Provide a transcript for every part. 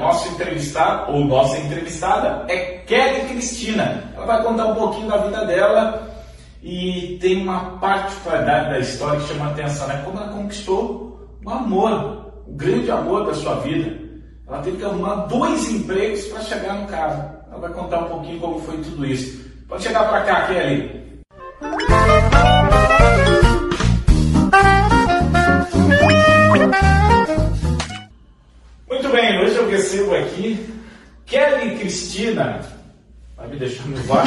nosso entrevistado, ou nossa entrevistada, é Kelly Cristina. Ela vai contar um pouquinho da vida dela e tem uma particularidade da história que chama a atenção, né? Como ela conquistou o amor, o grande amor da sua vida. Ela teve que arrumar 2 empregos para chegar no cara. Ela vai contar um pouquinho como foi tudo isso. Pode chegar para cá, Kelly. Muito bem, hoje eu recebo aqui Kelly Cristina. Vai me deixar no vácuo.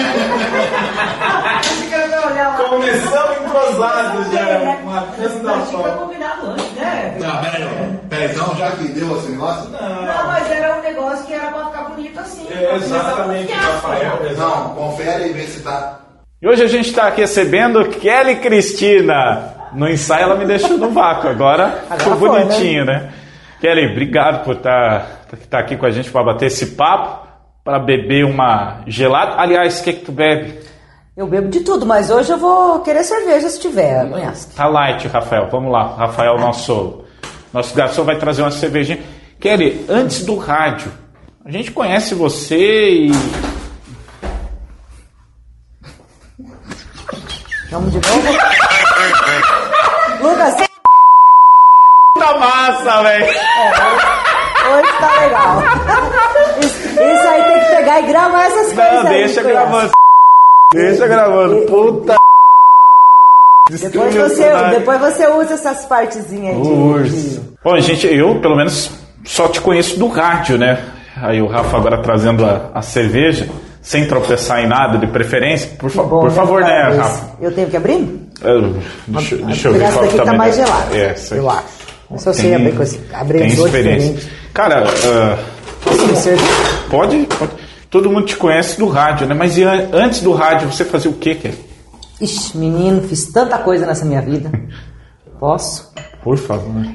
Começamos entrosados já. Uma A gente foi combinado antes, né? Não, peraí, então já que deu esse negócio? Não, mas era um negócio que era pra ficar bonito assim. Exatamente, Rafael. Não, confere e vê se tá. E hoje a gente está aqui recebendo Kelly Cristina. No ensaio ela me deixou no vácuo, agora ficou bonitinho, né? Kelly, obrigado por estar aqui com a gente para bater esse papo, para beber uma gelada. Aliás, o que tu bebe? Eu bebo de tudo, mas hoje eu vou querer cerveja se tiver. Tá light, Rafael. Vamos lá. Rafael, nosso garçom, vai trazer uma cervejinha. Kelly, antes do rádio, a gente conhece você e... Vamos de novo? Lucas, Tá massa, velho! hoje tá legal. Isso aí tem que pegar e gravar essas coisas. Não, deixa aí, gravando. Deixa gravando. Puta. Depois você usa essas partezinhas aí. Bom, gente, eu pelo menos só te conheço do rádio, né? Aí o Rafa agora trazendo a cerveja, sem tropeçar em nada, de preferência. Por favor, né, Rafa? Eu tenho que abrir? Deixa eu ver essa qual daqui tá tá melhor. mais gelado. Eu acho. Se eu sei abrir coisa. Abrir os dois diferentes. Cara, pode. Todo mundo te conhece do rádio, né? Mas antes do rádio, você fazia o quê, Kelly? Ixi, menino, fiz tanta coisa nessa minha vida. Posso? Por favor.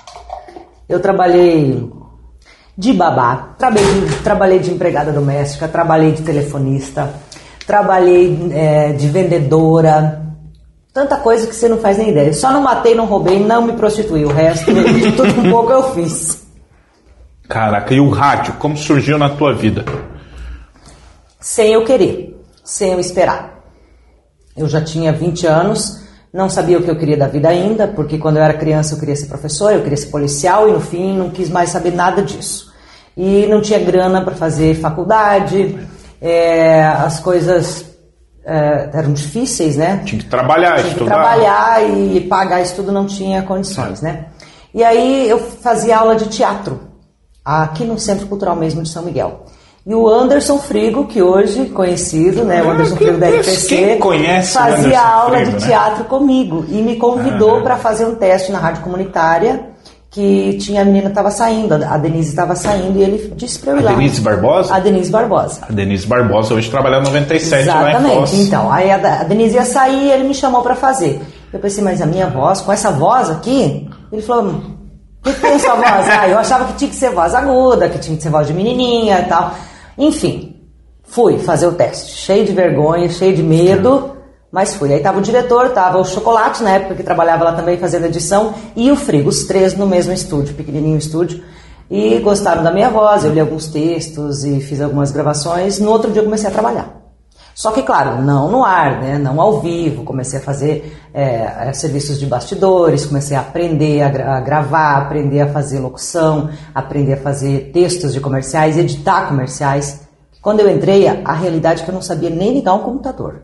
Eu trabalhei de babá, trabalhei de empregada doméstica, trabalhei de telefonista, trabalhei de vendedora, tanta coisa que você não faz nem ideia. Só não matei, não roubei, não me prostituí. O resto, de tudo um pouco eu fiz. Caraca, e o rádio, como surgiu na tua vida? Sem eu querer, sem eu esperar. Eu já tinha 20 anos, não sabia o que eu queria da vida ainda, porque quando eu era criança eu queria ser professora, eu queria ser policial e no fim não quis mais saber nada disso. E não tinha grana para fazer faculdade, as coisas eram difíceis, né? Tinha que trabalhar, estudar. Trabalhar e pagar estudo não tinha condições, né? E aí eu fazia aula de teatro, aqui no Centro Cultural mesmo de São Miguel. E o Anderson Frigo, que hoje conhecido, né, o Anderson Frigo da RPC, fazia aula de teatro comigo e me convidou para fazer um teste na rádio comunitária que tinha a menina estava saindo, a Denise estava saindo e ele disse para eu ir lá. A Denise Barbosa? A Denise Barbosa. A Denise Barbosa hoje trabalha no 97 Exatamente. Lá em Foz. Então, aí a Denise ia sair e ele me chamou para fazer. Eu pensei, mas a minha voz, com essa voz aqui, ele falou, o que tem essa voz? Eu achava que tinha que ser voz aguda, que tinha que ser voz de menininha e tal. Enfim, fui fazer o teste, cheio de vergonha, cheio de medo, mas fui. Aí tava o diretor, tava o Chocolate, na época que trabalhava lá também fazendo edição, e o Frigo, os 3 no mesmo estúdio, pequenininho estúdio, e gostaram da minha voz, eu li alguns textos e fiz algumas gravações. No outro dia eu comecei a trabalhar. Só que, claro, não no ar, né? Não ao vivo, comecei a fazer serviços de bastidores, comecei a aprender a gravar, aprender a fazer locução, aprender a fazer textos de comerciais, editar comerciais. Quando eu entrei, a realidade é que eu não sabia nem ligar um computador.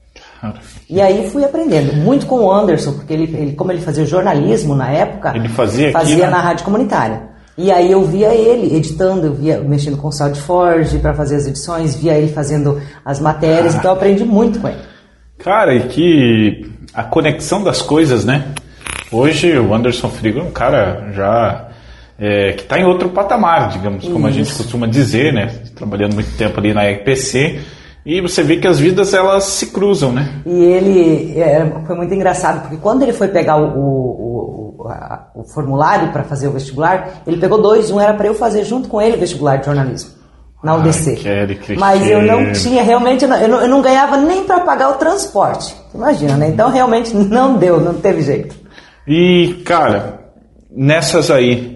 E aí fui aprendendo, muito com o Anderson, porque ele como ele fazia jornalismo na época, ele fazia na rádio comunitária. E aí eu via ele editando, eu via mexendo com o SoundForge para fazer as edições, via ele fazendo as matérias, então eu aprendi muito com ele. Cara, e que a conexão das coisas, né? Hoje o Anderson Frigo é um cara já que está em outro patamar, digamos, como a gente costuma dizer, né? Trabalhando muito tempo ali na RPC. E você vê que as vidas, elas se cruzam, né? E ele foi muito engraçado, porque quando ele foi pegar o formulário para fazer o vestibular, ele pegou 2, um era para eu fazer junto com ele o vestibular de jornalismo, na UDC. Mas eu não tinha, realmente, eu não ganhava nem para pagar o transporte, imagina, né? Então realmente não deu, não teve jeito. E, cara, nessas aí,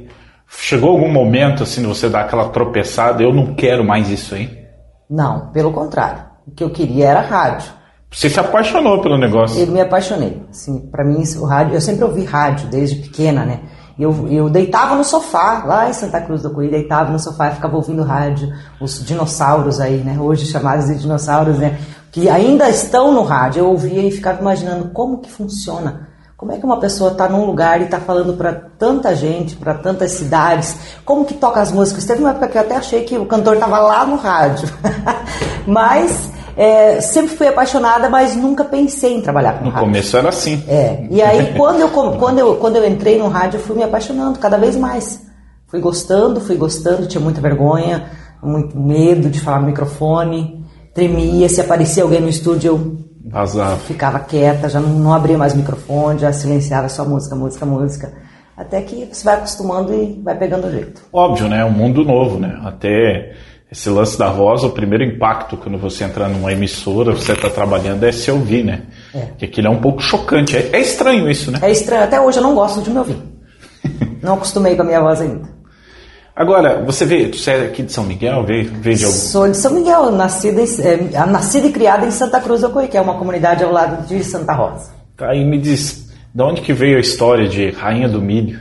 Chegou algum momento assim de você dar aquela tropeçada, eu não quero mais isso aí? Não, pelo contrário. O que eu queria era rádio. Você se apaixonou pelo negócio? Eu me apaixonei. Assim, para mim, o rádio, eu sempre ouvi rádio desde pequena, né? Eu deitava no sofá, lá em Santa Cruz do Coelho, deitava no sofá e ficava ouvindo rádio, os dinossauros aí, né? Hoje chamados de dinossauros, né? Que ainda estão no rádio. Eu ouvia e ficava imaginando como que funciona. Como é que uma pessoa está num lugar e está falando para tanta gente, para tantas cidades? Como que toca as músicas? Teve uma época que eu até achei que o cantor estava lá no rádio. Mas sempre fui apaixonada, mas nunca pensei em trabalhar com rádio. No começo era assim. E aí quando eu entrei no rádio, eu fui me apaixonando cada vez mais. Fui gostando, tinha muita vergonha, muito medo de falar no microfone, tremia, se aparecia alguém no estúdio, eu vazava. Ficava quieta, já não abria mais o microfone, já silenciava só música. Até que você vai acostumando e vai pegando o jeito. Óbvio, né? Um mundo novo, né? Até esse lance da voz, o primeiro impacto quando você entra numa emissora, você está trabalhando, é se ouvir, né? Porque aquilo é um pouco chocante. É estranho isso, né? É estranho. Até hoje eu não gosto de me ouvir. Não acostumei com a minha voz ainda. Agora, você é aqui de São Miguel? Veio de algum... Sou de São Miguel, nascida e criada em Santa Cruz do Coelho, que é uma comunidade ao lado de Santa Rosa. Tá, e me diz, de onde que veio a história de Rainha do Milho?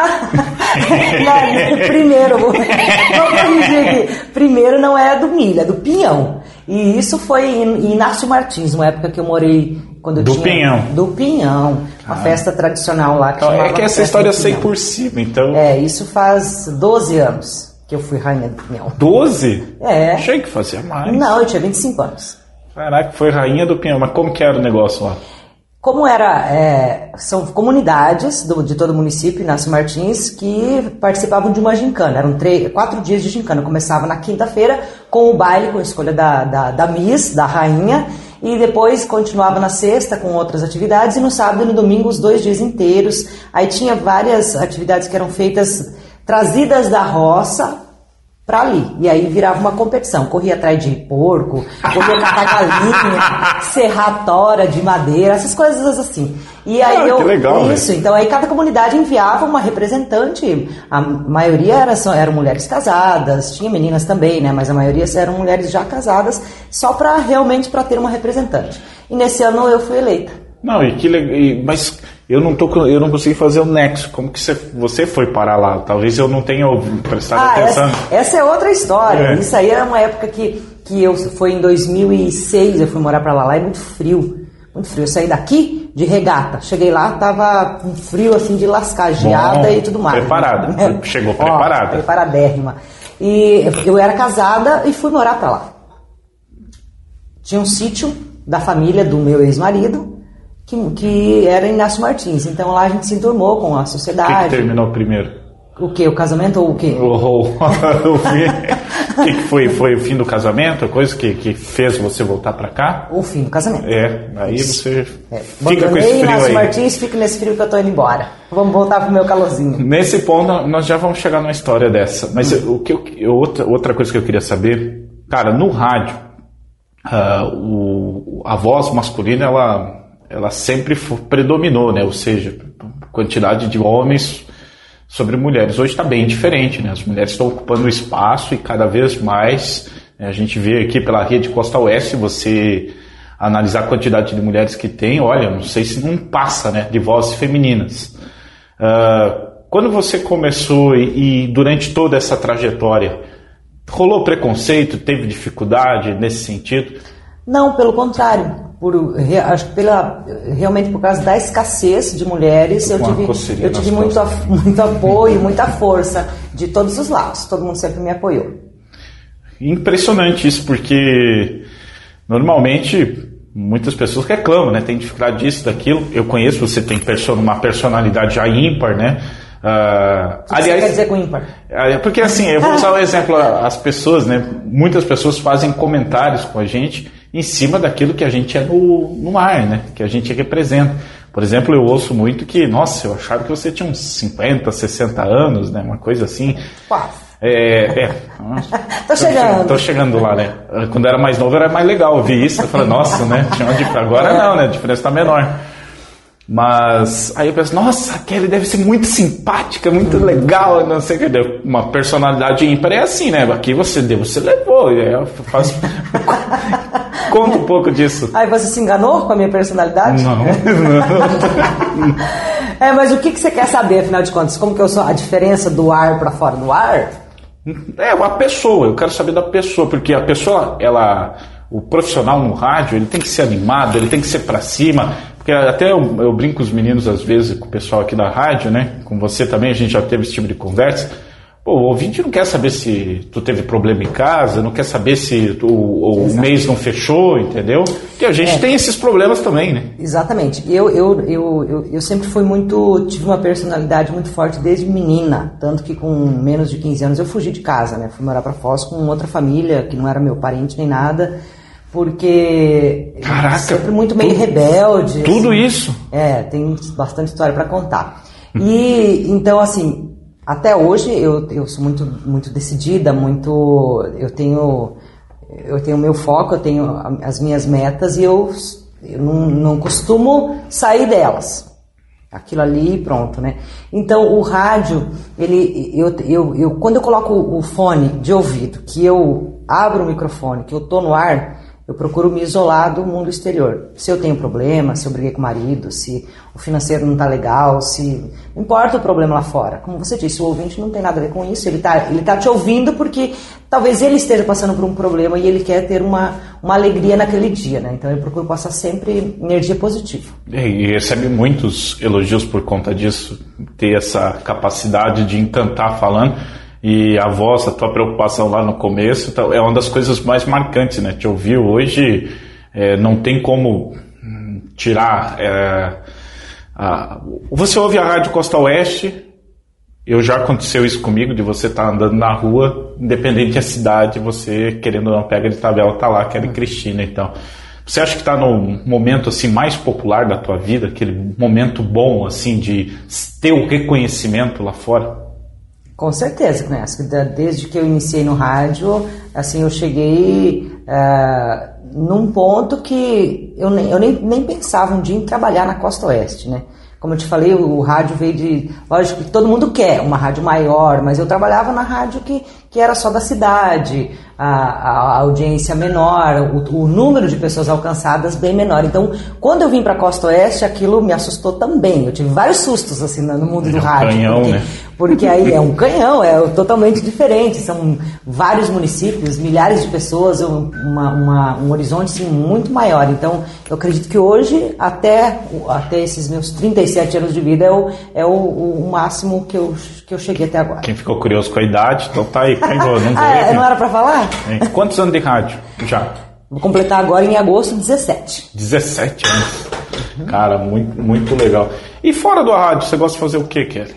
Primeiro, vou corrigir aqui. Primeiro não é do milho, é do pinhão. E isso foi em Inácio Martins, uma época que eu morei... Do Pinhão, uma festa tradicional lá. Que é que essa história eu sei por cima, então... Isso faz 12 anos que eu fui rainha do Pinhão. 12? Achei que fazia mais. Não, eu tinha 25 anos. Caraca, foi rainha do Pinhão, mas como que era o negócio lá? Como era, são comunidades de todo o município, Inácio Martins, que participavam de uma gincana. Eram 4 dias de gincana. Começava na quinta-feira com o baile, com a escolha da Miss, da rainha, e depois continuava na sexta com outras atividades, e no sábado e no domingo os 2 dias inteiros. Aí tinha várias atividades que eram feitas, trazidas da roça para ali, e aí virava uma competição, corria atrás de porco, corria catar galinha, serrar tora de madeira, essas coisas assim. E aí que legal, isso, então aí cada comunidade enviava uma representante, a maioria eram mulheres casadas, tinha meninas também, né, mas a maioria eram mulheres já casadas, só para ter uma representante. E nesse ano eu fui eleita. Não, mas eu não consegui fazer o nexo. Como que você foi parar lá? Talvez eu não tenha prestado atenção. Essa é outra história. Isso aí era uma época que foi em 2006, eu fui morar pra lá é muito frio. Muito frio. Eu saí daqui de regata. Cheguei lá, tava um frio assim de lascar, geada e tudo mais. Preparada. Chegou preparada. Preparadérrima. E eu era casada e fui morar pra lá. Tinha um sítio da família do meu ex-marido, que era Inácio Martins. Então lá a gente se enturmou com a sociedade. O que terminou primeiro? O quê? O casamento ou o quê? O que foi? Foi o fim do casamento? A coisa que fez você voltar pra cá? O fim do casamento. Aí você fica com esse frio Inácio aí. Martins, fica nesse frio que eu tô indo embora. Vamos voltar pro meu calorzinho. Nesse ponto, nós já vamos chegar numa história dessa. Mas outra coisa que eu queria saber, cara, no rádio, a voz masculina, ela sempre predominou, né? Ou seja, quantidade de homens sobre mulheres. Hoje está bem diferente, né? As mulheres estão ocupando o espaço e cada vez mais, né? A gente vê aqui pela rede Costa Oeste, você analisar a quantidade de mulheres que tem, olha, não sei se não passa, né? De vozes femininas. Quando você começou e durante toda essa trajetória, rolou preconceito, teve dificuldade nesse sentido? Não, pelo contrário. Acho que realmente por causa da escassez de mulheres, eu tive muito apoio, muita força de todos os lados. Todo mundo sempre me apoiou. Impressionante isso, porque normalmente muitas pessoas reclamam, né? Tem dificuldade disso, daquilo. Eu conheço, você tem uma personalidade já ímpar, né? O que você quer dizer com ímpar? Porque assim, eu vou usar um exemplo, as pessoas, né? Muitas pessoas fazem comentários com a gente em cima daquilo que a gente é no ar, né? Que a gente representa. Por exemplo, eu ouço muito que, nossa, eu achava que você tinha uns 50, 60 anos, né? Uma coisa assim. Quase. Tô chegando. Tô chegando lá, né? Quando eu era mais novo era mais legal ouvir isso. Eu falei, nossa, né? Agora não, né? A diferença tá menor. Mas aí eu penso, nossa, a Kelly deve ser muito simpática, muito legal, não sei o que. Uma personalidade ímpar é assim, né? Aqui você levou. Eu faço... Conta um pouco disso. Aí você se enganou com a minha personalidade? Não. Mas o que você quer saber, afinal de contas? Como que eu sou a diferença do ar para fora do ar? A pessoa, eu quero saber da pessoa, porque a pessoa, o profissional no rádio, ele tem que ser animado, ele tem que ser pra cima, porque até eu brinco com os meninos às vezes, com o pessoal aqui da rádio, né, com você também, a gente já teve esse tipo de conversa. Pô, o ouvinte não quer saber se tu teve problema em casa, não quer saber se o mês não fechou, entendeu? Porque a gente tem esses problemas também, né? Exatamente. Eu sempre tive uma personalidade muito forte desde menina, tanto que com menos de 15 anos eu fugi de casa, né? Fui morar pra Foz com outra família, que não era meu parente nem nada, porque Caraca, sempre muito meio rebelde. Tudo assim. Isso? Tem bastante história pra contar. E, então, assim... Até hoje eu sou muito decidida, eu tenho meu foco, eu tenho as minhas metas e eu não costumo sair delas. Aquilo ali, pronto, né? Então o rádio, quando eu coloco o fone de ouvido, que eu abro o microfone, que eu tô no ar, eu procuro me isolar do mundo exterior. Se eu tenho problema, se eu briguei com o marido, se o financeiro não tá legal, não importa o problema lá fora. Como você disse, o ouvinte não tem nada a ver com isso. Ele tá te ouvindo porque talvez ele esteja passando por um problema e ele quer ter uma alegria naquele dia, né? Então eu procuro passar sempre energia positiva. E recebe muitos elogios por conta disso, ter essa capacidade de encantar falando. E a voz, a tua preocupação lá no começo é uma das coisas mais marcantes, né? Te ouvir hoje, não tem como tirar. Você ouve a Rádio Costa Oeste, já aconteceu isso comigo, de você estar andando na rua, independente da cidade, você querendo ou não pega de tabela, tá lá, Kelly Cristina, então. Você acha que está no momento assim mais popular da tua vida, aquele momento bom assim de ter o reconhecimento lá fora? Com certeza, né? Desde que eu iniciei no rádio, assim, eu cheguei num ponto que eu nem pensava um dia em trabalhar na Costa Oeste, né? Como eu te falei, o rádio veio de... Lógico que todo mundo quer uma rádio maior, mas eu trabalhava na rádio que era só da cidade, a audiência menor, o número de pessoas alcançadas bem menor. Então, quando eu vim para a Costa Oeste, aquilo me assustou também. Eu tive vários sustos assim no mundo do rádio. Canhão, né? Porque aí é um canhão, é totalmente diferente. São vários municípios, milhares de pessoas, um horizonte assim, muito maior. Então, eu acredito que hoje, até esses meus 37 anos de vida, é o máximo que eu cheguei até agora. Quem ficou curioso com a idade, então tá aí, caiu. Não era pra falar? Quantos anos de rádio já? Vou completar agora em agosto 17. 17 anos. Cara, muito, muito legal. E fora do rádio, você gosta de fazer o que, Kelly?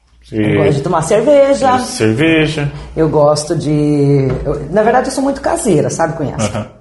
Eu gosto de tomar cerveja. Cerveja. Eu gosto de... na verdade, eu sou muito caseira, sabe? Conhece? Uhum.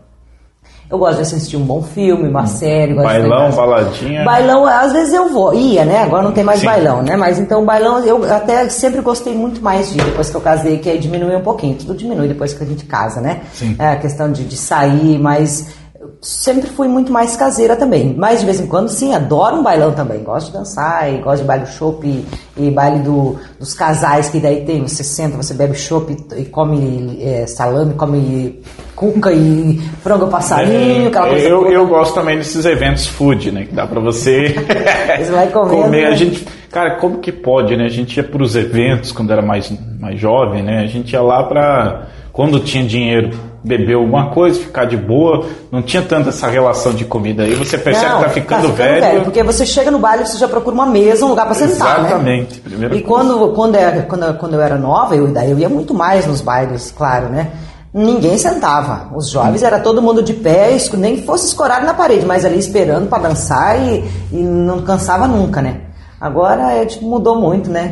Eu gosto de assistir um bom filme, uma série. Bailão, baladinha. Bailão, às vezes eu vou. Ia, né? Agora não tem mais bailão, né? Mas então bailão, eu até sempre gostei muito mais depois que eu casei, que aí diminui um pouquinho. Tudo diminui depois que a gente casa, né? Sim. É a questão de sair, mas... sempre fui muito mais caseira também. Mas de vez em quando, sim, adoro um bailão também. Gosto de dançar, e gosto de baile chopp e baile dos casais, que daí tem, você senta, você bebe chopp e come salame, come cuca e frango passarinho, aquela coisa. Eu gosto também desses eventos food, né? Que dá pra você, você vai comer. Né? A gente, cara, como que pode, né? A gente ia pros eventos quando era mais jovem, né? A gente ia lá pra... quando tinha dinheiro, beber alguma coisa, ficar de boa, não tinha tanta essa relação de comida aí, você percebe que tá ficando velho. Porque você chega no baile, você já procura uma mesa, um lugar pra sentar, exatamente, né? E quando eu era nova, eu ia muito mais nos bailes, claro, né? Ninguém sentava, os jovens era todo mundo de pé, nem que fosse escorado na parede, mas ali esperando pra dançar e não cansava nunca, né? Agora mudou muito, né?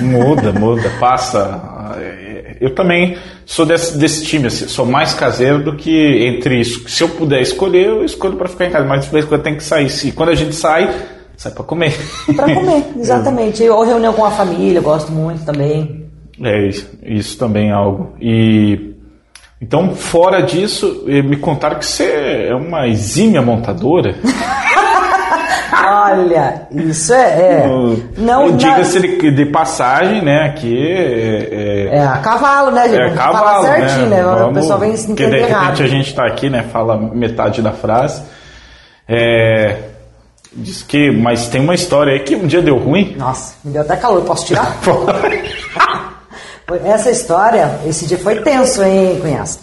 Muda, passa. Eu também sou desse time, assim, sou mais caseiro do que entre isso. Se eu puder escolher, eu escolho para ficar em casa, mas depois eu tenho que sair. E quando a gente sai para comer. Para comer, exatamente. Ou reunião com a família, eu gosto muito também. Isso também é algo. E então, fora disso, me contaram que você é uma exímia montadora. Olha, isso não, diga-se de passagem, né? Aqui é a cavalo, né, gente? É cavalo, fala certinho, né? Vamos, o pessoal vem se entender porque de repente errado. a gente tá aqui, né? Fala metade da frase. Diz que, mas tem uma história aí que um dia deu ruim. Nossa, me deu até calor, posso tirar? Essa história, esse dia foi tenso, hein, cunhaço?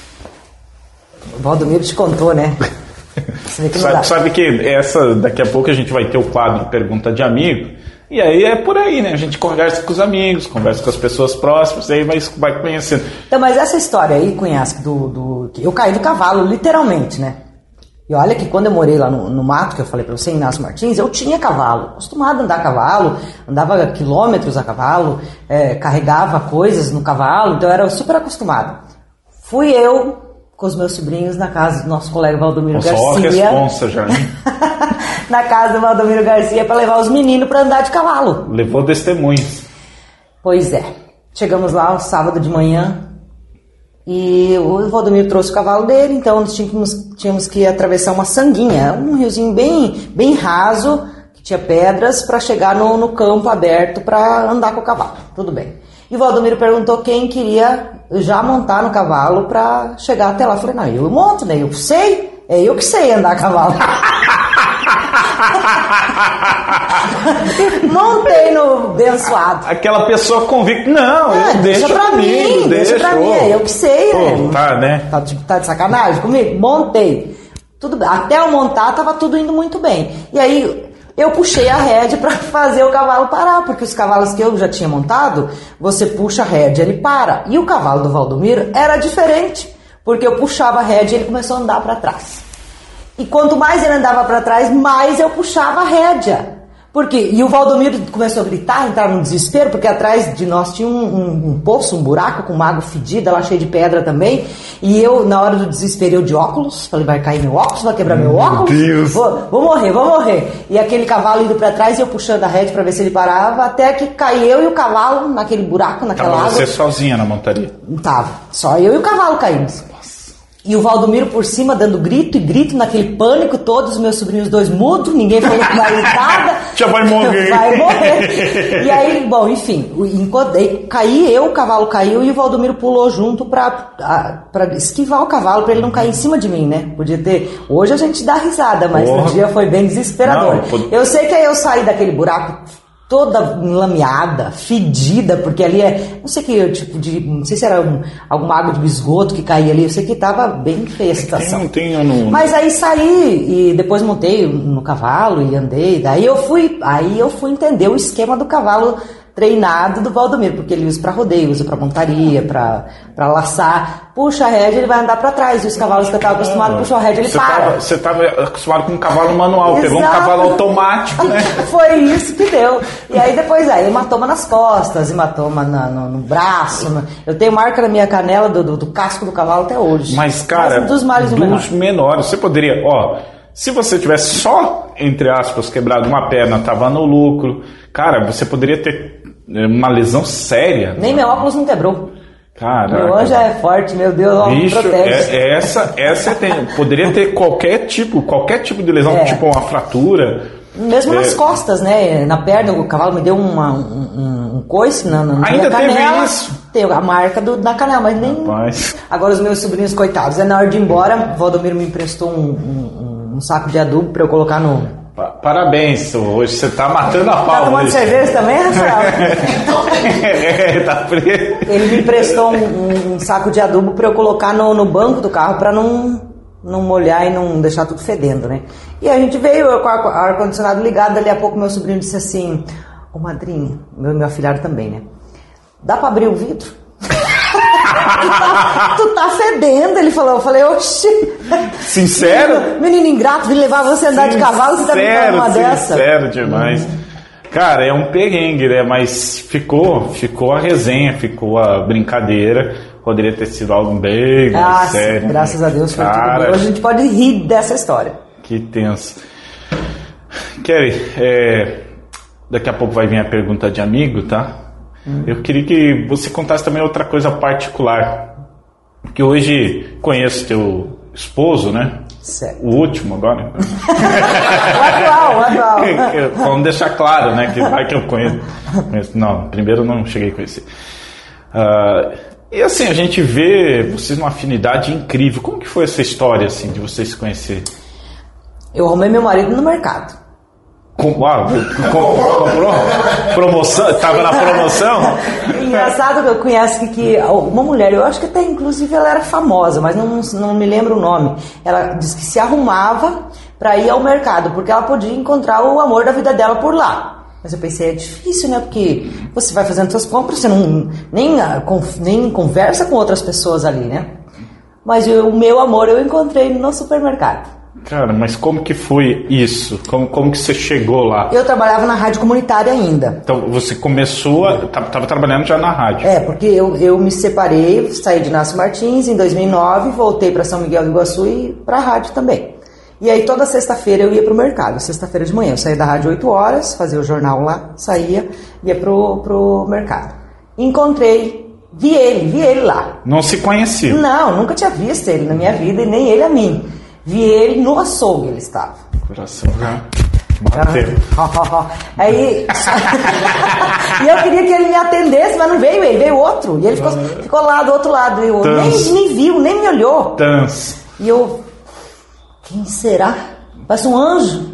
O Valdomiro te contou, né? Você vê que não dá. Sabe que daqui a pouco a gente vai ter o quadro Pergunta de Amigo. E aí é por aí, né? A gente conversa com os amigos, conversa com as pessoas próximas, aí vai conhecendo. Então, mas essa história aí, cunhaço, eu caí do cavalo, literalmente, né? E olha que quando eu morei lá no mato, que eu falei pra você, Inácio Martins, eu tinha cavalo, acostumado a andar a cavalo, andava quilômetros a cavalo, carregava coisas no cavalo, então eu era super acostumado. Fui eu com os meus sobrinhos na casa do nosso colega Valdomiro Garcia. Só a responsa já, hein? Na casa do Valdomiro Garcia para levar os meninos para andar de cavalo. Levou testemunhos. Pois é. Chegamos lá no sábado de manhã e o Valdomiro trouxe o cavalo dele, então nós tínhamos que atravessar uma sanguinha, um riozinho bem raso, que tinha pedras, para chegar no campo aberto para andar com o cavalo. Tudo bem. E o Valdomiro perguntou quem queria já montar no cavalo para chegar até lá. Eu falei, não, eu monto, né? Eu sei, eu que sei andar a cavalo. Montei no abençoado. Aquela pessoa convicta, não, deixa pra mim, deixa pra mim, eu que sei, né? Tá, né? Tá de sacanagem comigo? Montei. Tudo bem. Até eu montar, tava tudo indo muito bem. E aí eu puxei a rédea para fazer o cavalo parar, porque os cavalos que eu já tinha montado, você puxa a rédea, ele para. E o cavalo do Valdomiro era diferente, porque eu puxava a rédea e ele começou a andar para trás. E quanto mais ele andava para trás, mais eu puxava a rédea. E o Valdomiro começou a gritar, entrar no desespero, porque atrás de nós tinha um poço, um buraco com uma água fedida, lá cheio de pedra também. E eu, na hora do desespero, eu de óculos, falei, vai cair meu óculos, vai quebrar meu óculos. Deus. Vou morrer. E aquele cavalo indo para trás e eu puxando a rédea para ver se ele parava, até que caí eu e o cavalo naquele buraco, naquela água. Você sozinha na montaria? Tava, só eu e o cavalo caímos. E o Valdomiro por cima dando grito e grito naquele pânico, todos os meus sobrinhos dois mudos, ninguém falou mais nada. Já vai morrer. Vai morrer. E aí, bom, enfim, caí eu, o cavalo caiu e o Valdomiro pulou junto pra esquivar o cavalo, pra ele não cair em cima de mim, né? Podia ter... Hoje a gente dá risada, mas no dia foi bem desesperador. Eu sei que aí eu saí daquele buraco toda enlameada, fedida, porque ali não sei que tipo de, não sei se era alguma água de esgoto que caía ali, eu sei que tava bem feia a situação. Mas aí saí e depois montei no cavalo e andei, daí eu fui entender o esquema do cavalo treinado do Valdomiro, porque ele usa para rodeio, usa para montaria, para laçar, puxa a rédea, ele vai andar para trás, e os cavalos que eu estava acostumado, puxa a rédea, ele para. Você estava acostumado com um cavalo manual, Exato. Pegou um cavalo automático, né? Foi isso que deu. E aí depois, hematoma nas costas, hematoma no braço, eu tenho marca na minha canela do casco do cavalo até hoje. Mas, cara, dos males dos menores, você poderia, se você tivesse só, entre aspas, quebrado uma perna, tava no lucro, cara, você poderia ter uma lesão séria. Nem meu óculos não quebrou. Caraca. Meu anjo é forte, meu Deus, bicho, protege. Essa poderia ter qualquer tipo de lesão, tipo uma fratura. Mesmo nas costas, né? Na perna, o cavalo me deu um coice na ainda canela. Teve isso? Tem a marca da canela, mas nem... Rapaz. Agora os meus sobrinhos, coitados, na hora de ir embora, o Valdomiro me emprestou um saco de adubo pra eu colocar no... Parabéns, hoje você tá matando a pau. Tá tomando cerveja também, Rafael? Tá preso. Ele me emprestou um saco de adubo pra eu colocar no banco do carro pra não molhar e não deixar tudo fedendo, né? E a gente veio com o ar-condicionado ligado, dali a pouco meu sobrinho disse assim, ô madrinha, meu afilhado também, né? Dá pra abrir o vidro? tu tá fedendo, ele falou. Eu falei, oxi. Sincero? Menino ingrato, vim levar você a andar de cavalo, você tá me falando uma dessa? Sincero demais. Cara, é um perrengue, né? Mas ficou a resenha, ficou a brincadeira. Poderia ter sido algo bem mais sério. Graças a Deus foi tudo bem. Hoje a gente pode rir dessa história. Que tenso. Kelly, daqui a pouco vai vir a pergunta de amigo, tá? Eu queria que você contasse também outra coisa particular. Porque hoje conheço teu esposo, né? Certo. O último agora. O atual. Vamos deixar claro, né? Que vai que eu conheço. Não, primeiro não cheguei a conhecer. E assim, a gente vê vocês numa afinidade incrível. Como que foi essa história, assim, de vocês se conhecerem? Eu arrumei meu marido no mercado. Comprou? Promoção? Tava na promoção? Engraçado que eu conheço que uma mulher, eu acho que até inclusive ela era famosa, mas não me lembro o nome. Ela disse que se arrumava para ir ao mercado, porque ela podia encontrar o amor da vida dela por lá. Mas eu pensei, é difícil, né? Porque você vai fazendo suas compras, você nem conversa com outras pessoas ali, né? Mas o meu amor eu encontrei no supermercado. Cara, mas como que foi isso? Como que você chegou lá? Eu trabalhava na rádio comunitária ainda. Então você começou, estava trabalhando já na rádio. Porque eu me separei, saí de Inácio Martins em 2009, voltei para São Miguel do Iguaçu e para a rádio também. E aí toda sexta-feira eu ia pro mercado, sexta-feira de manhã. Eu saía da rádio 8 horas, fazia o jornal lá, saía, ia pro mercado. Vi ele lá. Não se conhecia? Não, nunca tinha visto ele na minha vida e nem ele a mim. Vi ele no açougue, ele estava. Coração já bateu. Aí, e eu queria que ele me atendesse, mas não veio ele, veio outro. E ele ficou lá do outro lado. Eu nem viu, nem me olhou. E eu, quem será? Parece um anjo.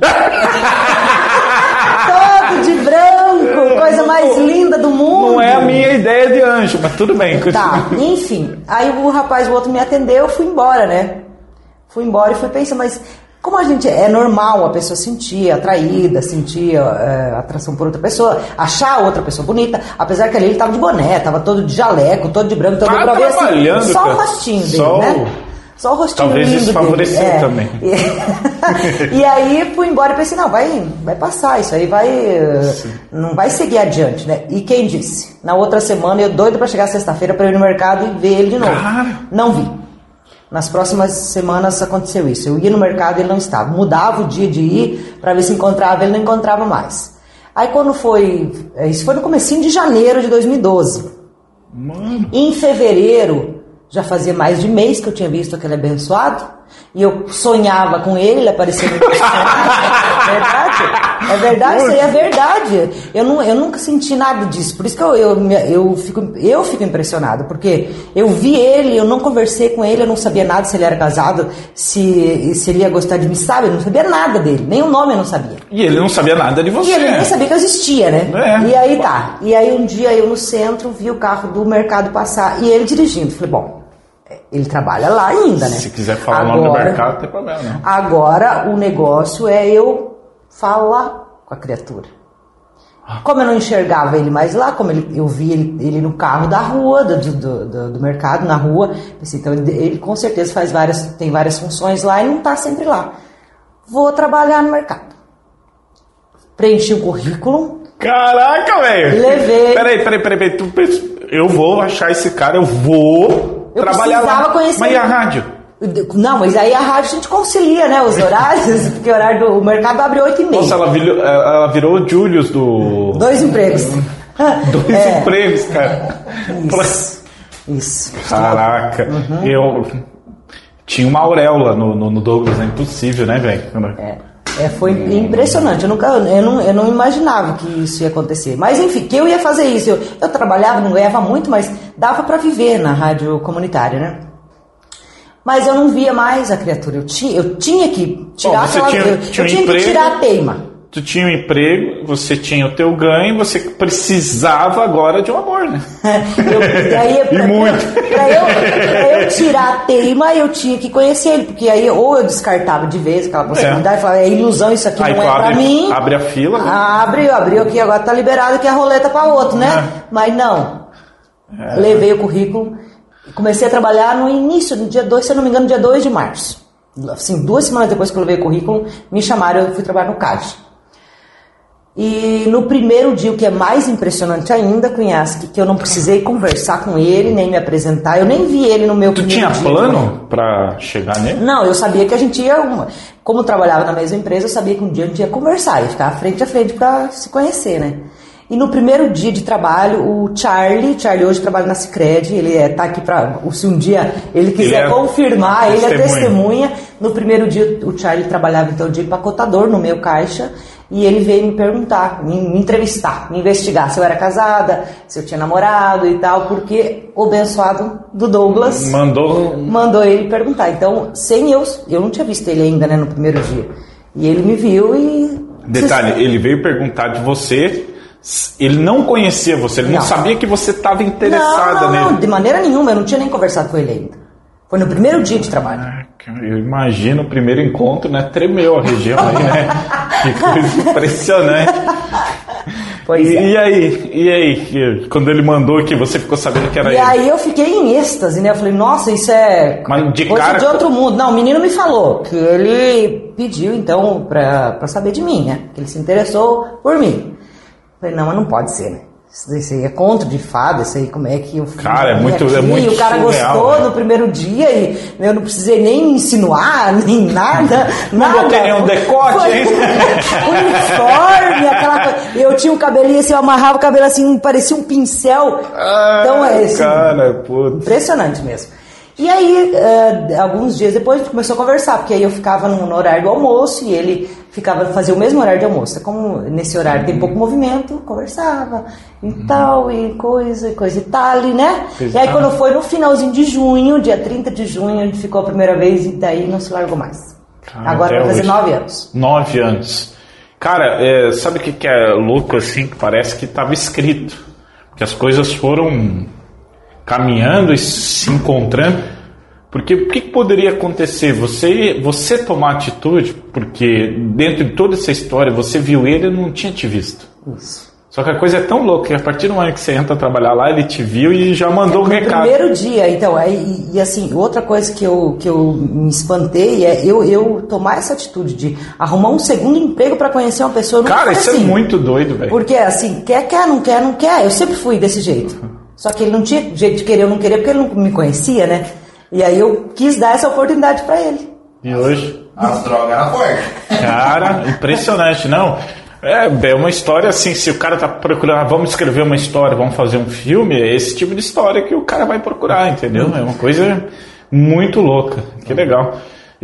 Todo de branco, coisa mais linda do mundo. Não é a minha ideia de anjo, mas tudo bem. Tá, enfim. Aí o outro me atendeu, eu fui embora, né? Fui embora e fui pensar, mas como a gente é normal a pessoa sentir atraída, sentir atração por outra pessoa, achar outra pessoa bonita, apesar que ali ele tava de boné, tava todo de jaleco, todo de branco, todo pra ver assim, só o rostinho dele, né? Só o rostinho talvez lindo isso favoreceu também. E aí fui embora e pensei, não, vai passar, isso aí não vai seguir adiante, né? E quem disse? Na outra semana eu doido pra chegar sexta-feira pra ir no mercado e ver ele de novo. Não vi. Nas próximas semanas aconteceu isso. Eu ia no mercado e ele não estava. Mudava o dia de ir para ver se encontrava, ele não encontrava mais. Aí quando foi... Isso foi no comecinho de janeiro de 2012. Mano. Em fevereiro, já fazia mais de mês que eu tinha visto aquele abençoado. E eu sonhava com ele aparecia no É verdade, isso aí é verdade. Eu nunca senti nada disso. Por isso que eu fico impressionado. Porque eu vi ele, eu não conversei com ele, eu não sabia nada se ele era casado, se ele ia gostar de mim, sabe? Eu não sabia nada dele, nem o nome eu não sabia. E ele não sabia nada de você. E ele nem sabia que eu existia, né? E aí tá. E aí um dia eu no centro vi o carro do mercado passar e ele dirigindo. Falei, bom, ele trabalha lá ainda, né? Se quiser falar o nome do mercado, não tem problema, não. Agora o negócio é eu falar com a criatura. Como eu não enxergava ele mais lá, como eu vi ele no carro da rua, do mercado, na rua, pensei, então ele com certeza tem várias funções lá e não está sempre lá. Vou trabalhar no mercado. Preenchi o currículo. Caraca, velho! Levei. Peraí. Eu vou achar esse cara, eu vou trabalhar lá. Conhecer. Mas e a rádio? Não, mas aí a rádio a gente concilia, né, os horários, porque o horário do mercado abre 8h30. Nossa, ela virou o Julius do... 2 empregos. 2 empregos, cara. Isso. Caraca. Eu tinha uma auréola no Douglas, é impossível, né, velho? Foi impressionante. Eu não imaginava que isso ia acontecer. Mas enfim, que eu ia fazer isso. Eu trabalhava, não ganhava muito, mas dava para viver na rádio comunitária, né? Mas eu não via mais a criatura. Eu tinha que tirar eu tinha que tirar a teima. Tu tinha um emprego, você tinha o teu ganho, você precisava agora de um amor, né? Pra eu tirar a teima, eu tinha que conhecer ele, porque aí ou eu descartava de vez aquela possibilidade, falava, é ilusão, isso aqui aí, não é pra mim. Abre a fila. Né? Abriu aqui, agora tá liberado que é a roleta pra outro, né? Mas não. Levei o currículo. Comecei a trabalhar no início, no dia 2, se eu não me engano, dia 2 de março. Assim, 2 semanas depois que eu levei o currículo, me chamaram, eu fui trabalhar no CAD. E no primeiro dia, o que é mais impressionante ainda, Cunhasque, que eu não precisei conversar com ele, nem me apresentar, eu nem vi ele no meu primeiro dia. Tu tinha plano pra chegar nele? Não, eu sabia que a gente ia, como eu trabalhava na mesma empresa, eu sabia que um dia a gente ia conversar, ia ficar frente a frente pra se conhecer, né? E no primeiro dia de trabalho, o Charlie hoje trabalha na Sicredi, ele tá aqui para, se um dia ele quiser confirmar, ele é testemunha. No primeiro dia, o Charlie trabalhava então de empacotador no meu caixa, e ele veio me perguntar, me entrevistar, me investigar se eu era casada, se eu tinha namorado e tal, porque o abençoado do Douglas mandou ele perguntar. Então, sem eu não tinha visto ele ainda, né, no primeiro dia. E ele me viu e... Detalhe, ele veio perguntar de você, ele não conhecia você, ele não sabia que você estava interessada nele. Não, de maneira nenhuma, eu não tinha nem conversado com ele ainda. Foi no primeiro dia de trabalho. Eu imagino o primeiro encontro, né? Tremeu a região aí, né? Que coisa impressionante. Pois e aí? Quando ele mandou que você ficou sabendo que era ele? E aí eu fiquei em êxtase, né? Eu falei, nossa, isso é coisa de outro mundo. Não, o menino me falou que ele pediu, então, pra saber de mim, né? Que ele se interessou por mim. Eu falei, não, mas não pode ser, né? Isso aí é conto de fada, isso aí como é que eu... Cara, é muito e o cara surreal, gostou, né? No primeiro dia e eu não precisei nem insinuar, nem nada. Não botei nenhum decote, hein? Uniforme, aquela coisa. Eu tinha um cabelinho assim, eu amarrava o cabelo assim, parecia um pincel. Então é assim, cara, putz. impressionante mesmo. E aí, alguns dias depois, a gente começou a conversar, porque aí eu ficava no horário do almoço e ele fazia o mesmo horário de almoço. Como nesse horário tem pouco movimento, conversava e tal, e coisa e tal, né? E aí quando foi no finalzinho de junho, dia 30 de junho, a gente ficou a primeira vez e daí não se largou mais. Agora vai fazer 9 anos. 9 anos. Cara, sabe o que é louco assim, que parece que estava escrito? Que as coisas foram caminhando e se encontrando, porque o que poderia acontecer? Você tomar atitude, porque dentro de toda essa história você viu ele e não tinha te visto. Isso. Só que a coisa é tão louca que a partir do momento que você entra a trabalhar lá, ele te viu e já mandou o recado. No primeiro dia, então, e assim, outra coisa que eu me espantei é eu tomar essa atitude de arrumar um segundo emprego para conhecer uma pessoa. Cara, isso assim, é muito doido, velho. Porque assim, quer, não quer. Eu sempre fui desse jeito. Só que ele não tinha jeito de querer ou não querer, porque ele não me conhecia, né? E aí eu quis dar essa oportunidade pra ele. E hoje? As drogas eram fortes. Cara, impressionante, não? É uma história assim, se o cara tá procurando, vamos escrever uma história, vamos fazer um filme, é esse tipo de história que o cara vai procurar, entendeu? É uma coisa muito louca, que legal.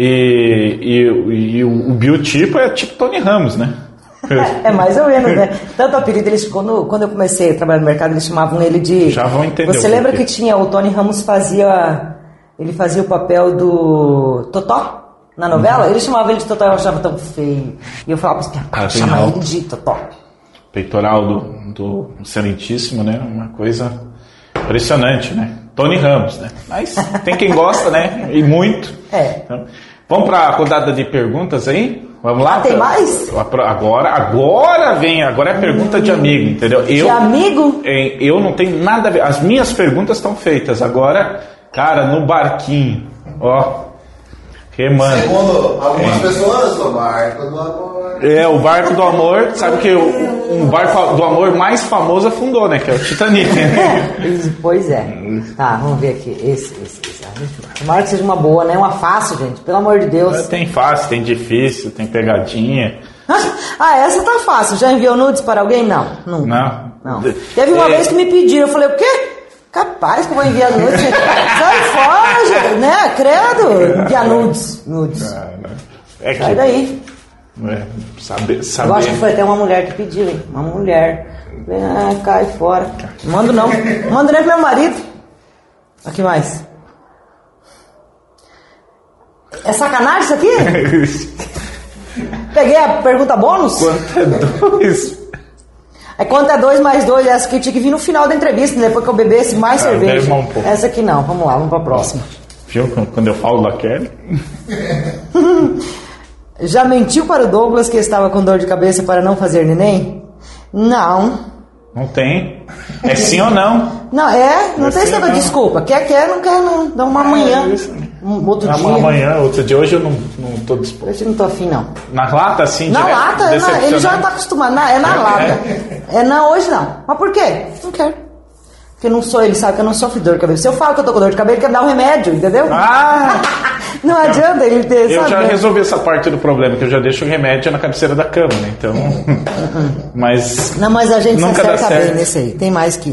E o biotipo é tipo Tony Ramos, né? É mais ou menos, né? Tanto apelido, eles, quando eu comecei a trabalhar no mercado, eles chamavam ele de... Já vão entender. Você lembra que tinha, o Tony Ramos ele fazia o papel do Totó na novela? Ele chamava ele de Totó, eu achava tão feio. E eu falava pra chamar ele de Totó. Peitoral do excelentíssimo, né? Uma coisa impressionante, né? Tony Ramos, né? Mas tem quem gosta, né? E muito. Então, vamos pra rodada de perguntas aí? Vamos lá? Tem mais? Agora é pergunta de amigo, entendeu? De amigo? Eu não tenho nada a ver. As minhas perguntas estão feitas. Agora, cara, no barquinho, ó, remando. Segundo algumas pessoas, o barco do amor. O barco do amor, sabe que um barco do amor mais famoso afundou, né? Que é o Titanic. Pois é. Tá, vamos ver aqui. Esse. Tomara que seja uma boa, né? Uma fácil, gente. Pelo amor de Deus. Tem fácil, tem difícil, tem pegadinha. Essa tá fácil. Já enviou nudes para alguém? Não. Nunca. Não. Teve uma vez que me pediram. Eu falei, o quê? Capaz que eu vou enviar nudes? Sai fora, gente. Né? Credo. Enviar nudes. Sai daí. Saber. Eu acho que foi até uma mulher que pediu, hein? Uma mulher. Cai fora. Mando não. Mando nem pro meu marido. Aqui mais. É sacanagem isso aqui? Peguei a pergunta bônus? Quanto é 2? Quanto é 2 mais 2? Essa aqui tinha que vir no final da entrevista, depois que eu bebesse mais cerveja. Um pouco. Essa aqui não. Vamos lá, vamos pra próxima. Viu quando eu falo da Kelly? Já mentiu para o Douglas que estava com dor de cabeça para não fazer neném? Não. Não tem. É sim ou não? Não tem esse negócio de desculpa. Quer, não quer, não. Dá uma manhã. Outro dia. Amanhã, outro dia. Hoje eu não tô disposto. Hoje eu não tô afim, não. Na lata, assim? Na lata, ele já tá acostumado. É na lata. Hoje não. Mas por quê? Não quero. Porque não sou, ele sabe que eu não sofro de dor de cabeça. Se eu falo que eu tô com dor de cabelo, ele quer me dar um remédio, entendeu? Não adianta ele ter, Eu sabe? já resolvi essa parte do problema, que eu já deixo o remédio na cabeceira da cama, né? Então. Mas. Não, mas a gente se nunca dá acerta certo. bem nesse aí. Tem mais que.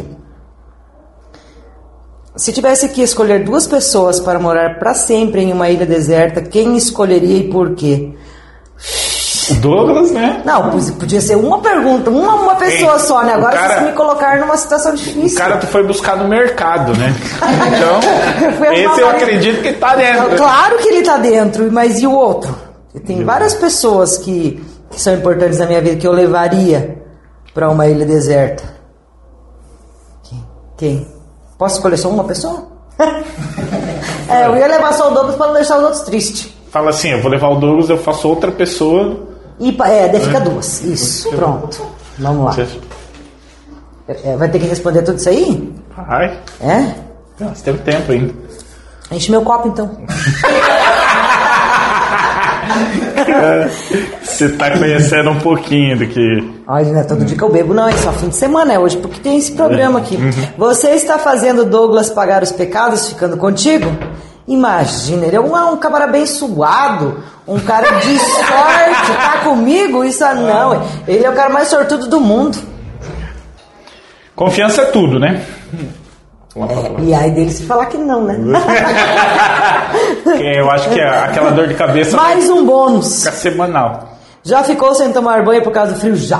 Se tivesse que escolher 2 pessoas para morar para sempre em uma ilha deserta, quem escolheria e por quê? O Douglas, né? Não, podia ser uma pergunta, uma pessoa só, né? Agora vocês me colocaram numa situação difícil. O cara tu foi buscar no mercado, né? Então, Foi esse eu acredito que tá dentro. Claro que ele tá dentro, mas e o outro? Tem várias pessoas que são importantes na minha vida que eu levaria para uma ilha deserta. Quem? Posso escolher só uma pessoa? Eu ia levar só o Douglas para não deixar os outros tristes. Fala assim, eu vou levar o Douglas, eu faço outra pessoa. Daí fica 2. Isso, pronto. Vamos lá. Vai ter que responder tudo isso aí? Vai. É? Você tem tempo ainda. Enche meu copo, então. Você tá conhecendo um pouquinho do que... Olha, não é todo dia que eu bebo, não. É só fim de semana, é hoje, porque tem esse programa aqui. Você está fazendo Douglas pagar os pecados ficando contigo? Imagina, ele é um cara bem suado, um cara de sorte, tá comigo? Isso não, ele é o cara mais sortudo do mundo. Confiança é tudo, né? E aí dele se falar que não, né? Eu acho que aquela dor de cabeça Mais um bônus. fica semanal. Já ficou sem tomar banho por causa do frio? Já.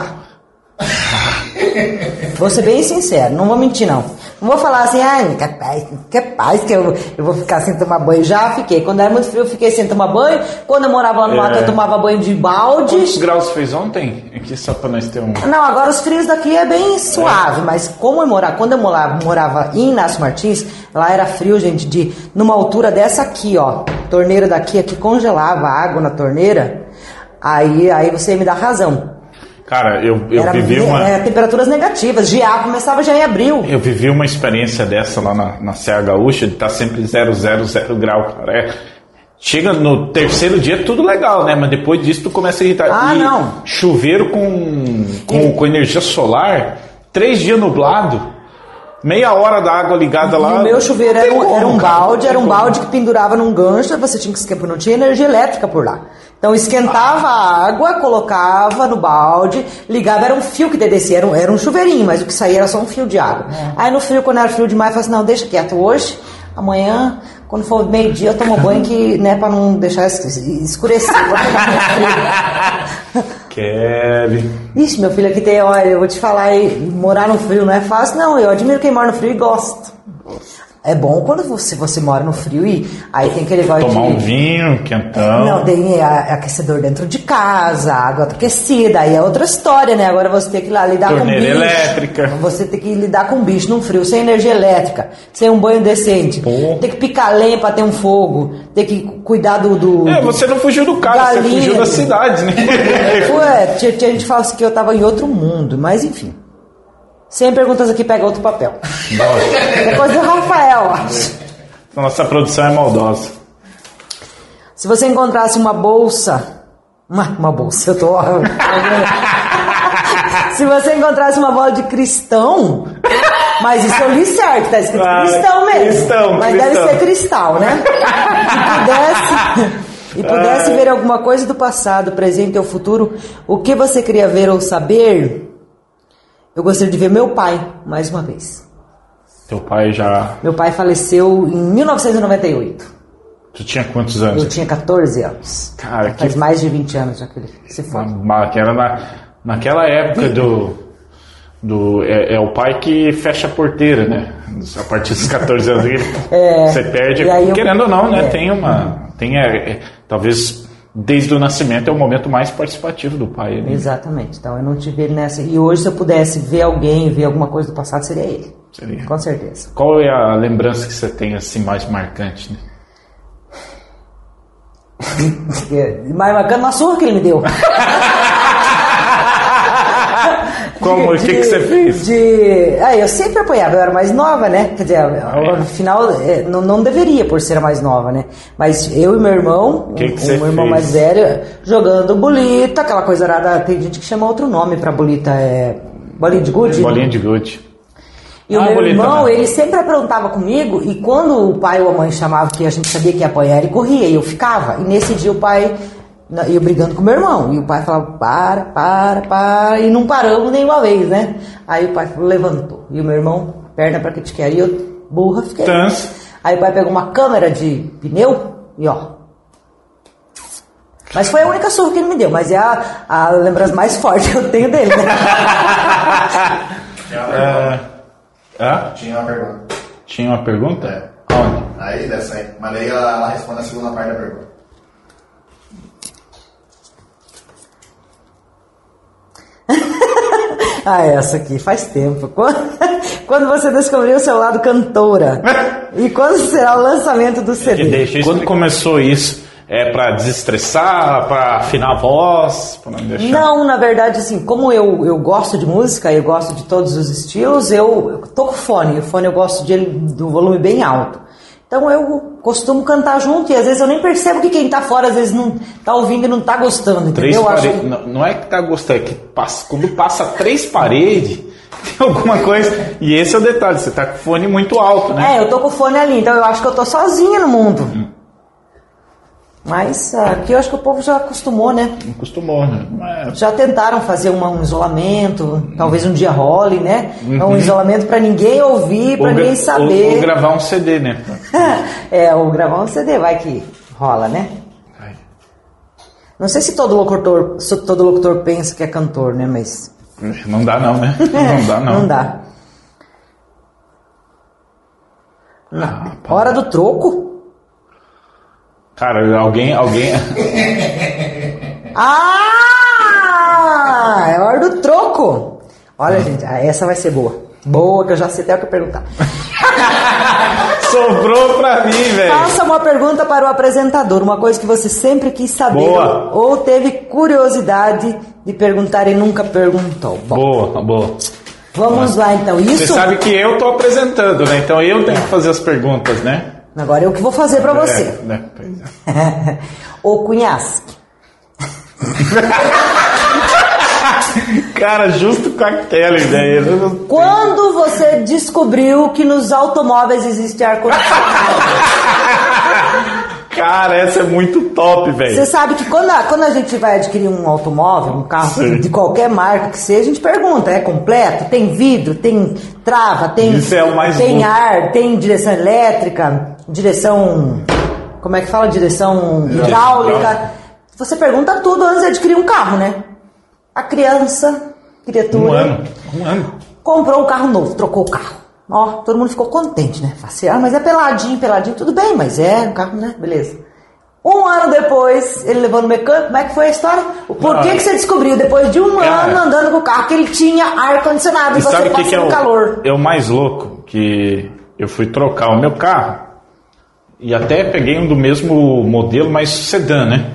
Vou ser bem sincero, não vou mentir não. Não vou falar assim, capaz que eu vou ficar sem tomar banho. Já fiquei. Quando era muito frio, eu fiquei sem tomar banho. Quando eu morava lá no mato, eu tomava banho de balde. Quantos graus fez ontem? Aqui só pra nós ter um... Não, agora os frios daqui é bem suave, mas quando eu morava em Inácio Martins, lá era frio, gente, numa altura dessa aqui, ó. Torneira daqui, aqui congelava a água na torneira. Aí você me dá razão. Cara, eu vivi uma... temperaturas negativas, começava já em abril. Eu vivi uma experiência dessa lá na Serra Gaúcha, de estar sempre 0 grau, cara. Chega no terceiro dia, tudo legal, né? Mas depois disso tu começa a irritar. Não. Chuveiro com energia solar, 3 dias nublado, meia hora da água ligada lá. E o meu chuveiro era um balde que pendurava num gancho, você tinha que esquentar, não tinha energia elétrica por lá. Então esquentava a água, colocava no balde, ligava, era um fio que descia, era um chuveirinho, mas o que saía era só um fio de água. Aí no frio, quando era frio demais, eu falei assim, não, deixa quieto hoje, amanhã, quando for meio-dia, eu tomo banho que, né, pra não deixar escurecer. Kelly. Ixi, meu filho aqui tem, olha, eu vou te falar, morar no frio não é fácil, não, eu admiro quem mora no frio e gosta. É bom quando você mora no frio e aí tem aquele negócio Tomar um vinho quentão. Não, tem aquecedor dentro de casa, água aquecida, aí é outra história, né? Agora você tem que ir lá lidar Torneira com bicho. elétrica. Você tem que lidar com bicho num frio, sem energia elétrica, sem um banho decente. Tem que picar lenha pra ter um fogo, tem que cuidar do você não fugiu do cara, você fugiu da cidade, né? Tinha gente que fala assim que eu tava em outro mundo, mas enfim. 100 perguntas aqui, pega outro papel. Depois do Rafael, acho. Nossa produção é maldosa. Se você encontrasse uma bolsa... Uma bolsa, eu tô... Se você encontrasse uma bola de cristão... Mas isso eu li certo, tá escrito cristão mesmo. Mas deve ser cristal, né? E pudesse ver alguma coisa do passado, presente ou futuro, o que você queria ver ou saber... Eu gostaria de ver meu pai, mais uma vez. Teu pai já... Meu pai faleceu em 1998. Tu tinha quantos anos? Eu tinha 14 anos. Cara, faz mais de 20 anos já que ele se foi. Naquela época é o pai que fecha a porteira, né? A partir dos 14 anos você perde. Querendo ou não, né? Talvez... Desde o nascimento é o momento mais participativo do pai. Né? Exatamente. Então eu não tive ele nessa. E hoje, se eu pudesse ver alguém, ver alguma coisa do passado, seria ele. Seria. Com certeza. Qual é a lembrança que você tem assim mais marcante? Né? Mais marcante, uma surra que ele me deu. Como? O que você fez? Eu sempre apoiava, eu era mais nova, né? Quer dizer, afinal, não deveria por ser a mais nova, né? Mas eu e meu irmão, meu irmão mais velho, jogando bolita, aquela coisa arada, tem gente que chama outro nome pra bolita, bolinha de gude? Bolinha de gude. E o meu bonito, irmão, né? ele sempre aprontava comigo, e quando o pai ou a mãe chamava, que a gente sabia que ia apanhar, ele corria, e eu ficava. E nesse dia o pai, eu brigando com o meu irmão, e o pai falava, para, e não paramos nenhuma vez, né? Aí o pai levantou, e o meu irmão, perna pra que te quer, e eu, burra, fiquei. Tanso. Aí o pai pegou uma câmera de pneu, e ó. Mas foi a única surra que ele me deu, mas é a lembrança mais forte que eu tenho dele, né? Tinha uma pergunta. Tinha uma pergunta? É. Onde? Aí, dessa aí. Mas daí ela responde a segunda parte da pergunta. Essa aqui, faz tempo. Quando você descobriu o seu lado cantora? E quando será o lançamento do CD? Quando começou isso? É pra desestressar, pra afinar a voz? Pra não deixar... Não, na verdade, assim, como eu gosto de música, eu gosto de todos os estilos, eu tô com fone. O fone eu gosto do volume bem alto. Então eu costumo cantar junto e às vezes eu nem percebo que quem tá fora às vezes não tá ouvindo e não tá gostando, entendeu? Não é que tá gostando, é que quando passa 3 paredes, tem alguma coisa. E esse é o detalhe, você tá com o fone muito alto, né? Eu tô com o fone ali, então eu acho que eu tô sozinha no mundo. Mas aqui eu acho que o povo já acostumou, né? Acostumou, né? Já tentaram fazer um isolamento, talvez um dia role, né? Um isolamento pra ninguém ouvir, pra ninguém saber. Ou gravar um CD, né? Ou gravar um CD, vai que rola, né? Não sei se todo locutor pensa que é cantor, né? Mas... Não dá não, né? Não dá não. Não dá. Hora do troco? Cara, alguém... É hora do troco. Olha, gente, essa vai ser boa. Boa, que eu já sei até o que perguntar. Sobrou pra mim, velho. Faça uma pergunta para o apresentador, uma coisa que você sempre quis saber. Boa. Ou teve curiosidade de perguntar e nunca perguntou. Bom, Boa. Vamos lá, então. Você sabe que eu tô apresentando, né? Então eu tenho que fazer as perguntas, né? Agora eu que vou fazer pra você. Pois é. Ô Cunhasque. Cara, justo com aquela ideia. Quando você descobriu que nos automóveis existe ar-condicionado? Cara, essa é muito top, velho. Você sabe que quando a gente vai adquirir um automóvel, um carro de qualquer marca que seja, a gente pergunta, é completo? Tem vidro? Tem trava? Isso é o mais tem bom. ar? Tem direção elétrica? Direção... Como é que fala? Direção hidráulica? Você pergunta tudo antes de adquirir um carro, né? A criatura... Um ano. Comprou um carro novo, trocou o carro. Ó, todo mundo ficou contente, né? Assim, mas é peladinho, tudo bem, mas é um carro, né? Beleza. Um ano depois, ele levou no mecânico, como é que foi a história? Por que você descobriu, depois de um ano andando com o carro, que ele tinha ar-condicionado e você sabe passa no calor? É o mais louco, que eu fui trocar o meu carro e até peguei um do mesmo modelo, mas sedã, né?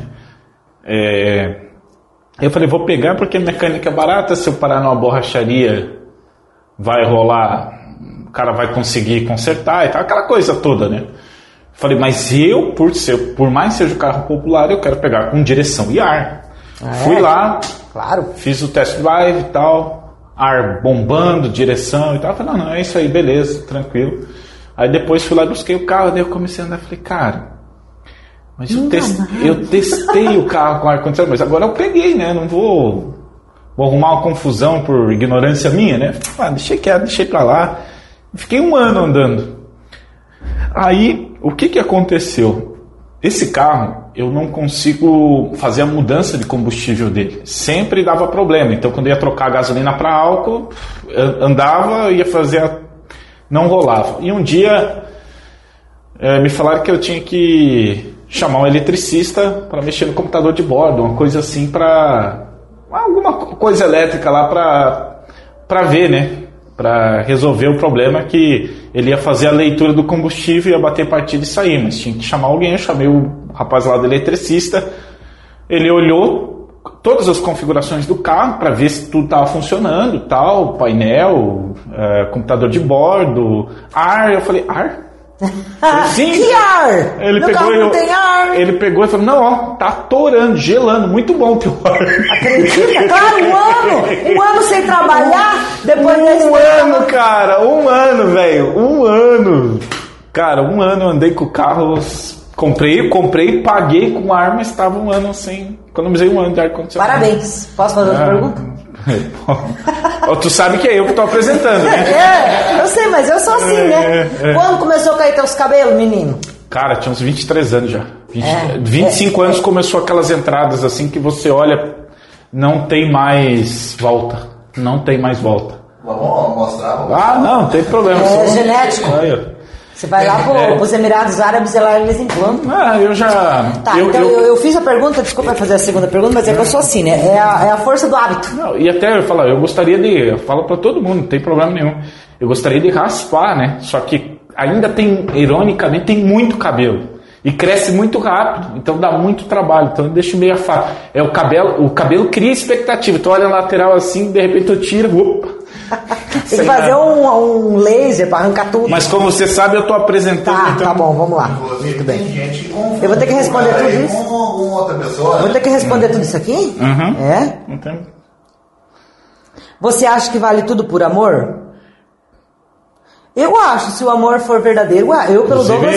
Eu falei, vou pegar porque a mecânica é barata, se eu parar numa borracharia vai rolar, o cara vai conseguir consertar e tal, aquela coisa toda, né? Falei, mas por mais que seja um carro popular, eu quero pegar com direção e ar. Fui lá, claro, fiz o test drive e tal, ar bombando, direção e tal. Falei, não, é isso aí, beleza, tranquilo. Aí depois fui lá e busquei o carro, daí eu comecei a andar, falei, cara, mas eu testei o carro com ar-condicionado, mas agora eu peguei, né? Não vou arrumar uma confusão por ignorância minha, né? Deixei quieto, deixei pra lá. Fiquei um ano andando. Aí, o que aconteceu? Esse carro, eu não consigo fazer a mudança de combustível dele. Sempre dava problema. Então, quando eu ia trocar a gasolina para álcool, andava, ia fazer não rolava. E um dia, me falaram que eu tinha que chamar um eletricista para mexer no computador de bordo, uma coisa assim para... alguma coisa elétrica lá para ver, né? Para resolver o problema, que ele ia fazer a leitura do combustível, ia bater partida e sair, mas tinha que chamar alguém. Eu chamei o rapaz lá do eletricista, ele olhou todas as configurações do carro para ver se tudo estava funcionando, tal, painel, computador de bordo, ar. Eu falei, ar? Sim. Que ar? Ele Meu pegou, carro não tem ar. Ele pegou e falou, não, ó, tá torando, gelando, muito bom o teu ar. Acredita? Claro, um ano sem trabalhar, depois desse... Cara, um ano, velho, um ano. Cara, um ano eu andei com o carro, comprei, paguei com ar, mas estava um ano sem, economizei um ano de ar-condicionado. Parabéns. Posso fazer outra pergunta? Tu sabe que é eu que tô apresentando, né? Eu sei, mas eu sou assim, né? Quando começou a cair teus cabelos, menino? Cara, tinha uns 23 anos já. 25 anos começou aquelas entradas assim que você olha, não tem mais volta. Não tem mais volta. Vamos mostrar. Não tem problema. É genético. Você vai lá pros Emirados Árabes e lá eles implantam. Eu já... Tá, eu fiz a pergunta, desculpa fazer a segunda pergunta, mas é que eu sou assim, né? É a força do hábito. Não, e até eu gostaria eu falo pra todo mundo, não tem problema nenhum. Eu gostaria de raspar, né? Só que ainda tem, ironicamente, tem muito cabelo. E cresce muito rápido, então dá muito trabalho. Então eu deixo meio afado. O cabelo cria expectativa. Tu olha a lateral assim, de repente eu tiro, tem que fazer um laser pra arrancar tudo. Mas como você sabe, eu tô apresentando. Tá bom, vamos lá. Muito bem. Eu vou ter que responder tudo isso? Com outra pessoa. Vou ter que responder tudo isso aqui? Uhum. É? Então... Você acha que vale tudo por amor? Eu acho, se o amor for verdadeiro, eu pelo Douglas...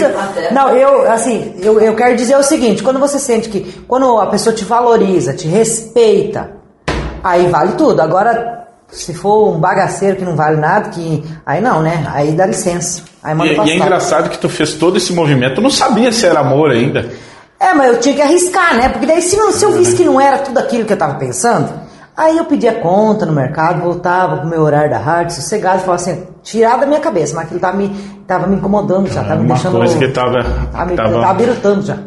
eu quero dizer o seguinte, quando você sente que, quando a pessoa te valoriza, te respeita, aí vale tudo. Agora, se for um bagaceiro que não vale nada, aí não, né? Aí dá licença. Aí manda passar. E é engraçado que tu fez todo esse movimento, tu não sabia se era amor ainda. Mas eu tinha que arriscar, né? Porque daí se eu visse que não era tudo aquilo que eu tava pensando, aí eu pedia conta no mercado, voltava pro meu horário da rádio, sossegado, e falava assim, tirar da minha cabeça, mas aquilo tava me incomodando já, tava me deixando... Uma coisa que tava birutando já.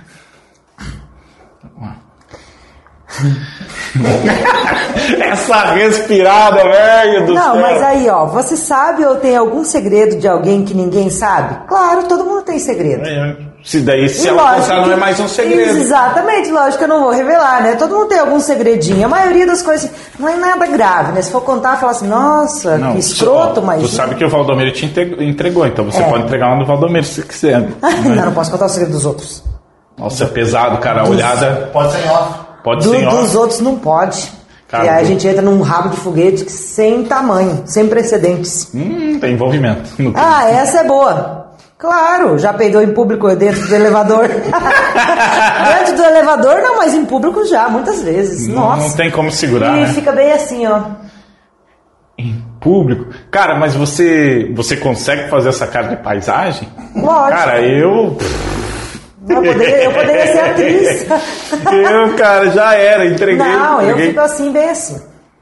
Essa respirada, velho do céu. Não, mas aí, você sabe ou tem algum segredo de alguém que ninguém sabe? Claro, todo mundo tem segredo. Se ela contar, não é mais um segredo. Exatamente, lógico que eu não vou revelar, né? Todo mundo tem algum segredinho. A maioria das coisas não é nada grave, né? Se for contar, falar assim, nossa, que escroto, mas... Tu sabe que o Valdomiro te entregou, então você pode entregar lá no Valdomiro se quiser. Não posso contar o segredo dos outros. Nossa, é pesado, cara, a olhada... Pode ser em off. Dos outros não pode. Cara, e aí a gente entra num rabo de foguete sem tamanho, sem precedentes. Tem envolvimento. Essa é boa. Claro, já peidou em público dentro do elevador. Dentro do elevador não, mas em público já, muitas vezes. Nossa. Não tem como segurar, E fica bem assim, Em público? Cara, mas você consegue fazer essa cara de paisagem? Lógico. Cara, eu poderia ser atriz. Cara, já era, entreguei. Não, eu fico assim, bem assim.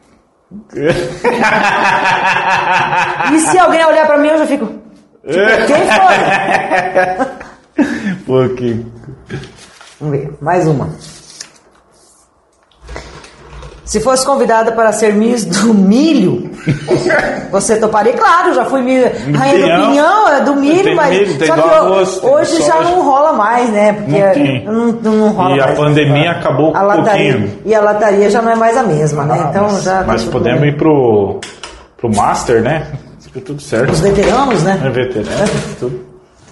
E se alguém olhar pra mim, eu já fico... quem foi? Pô, que... Vamos ver, mais uma. Se fosse convidada para ser Miss do Milho, você toparia? Claro, já fui rainha do pinhão, é do milho, mas milho, só que arroz, hoje já não rola mais, né? Porque não rola mais. E a pandemia acabou com um pouquinho. E a lataria já não é mais a mesma, né? Então já... Mas podemos ir pro Master, né? Fica tudo certo. Os veteranos, né? Veteranos, tudo.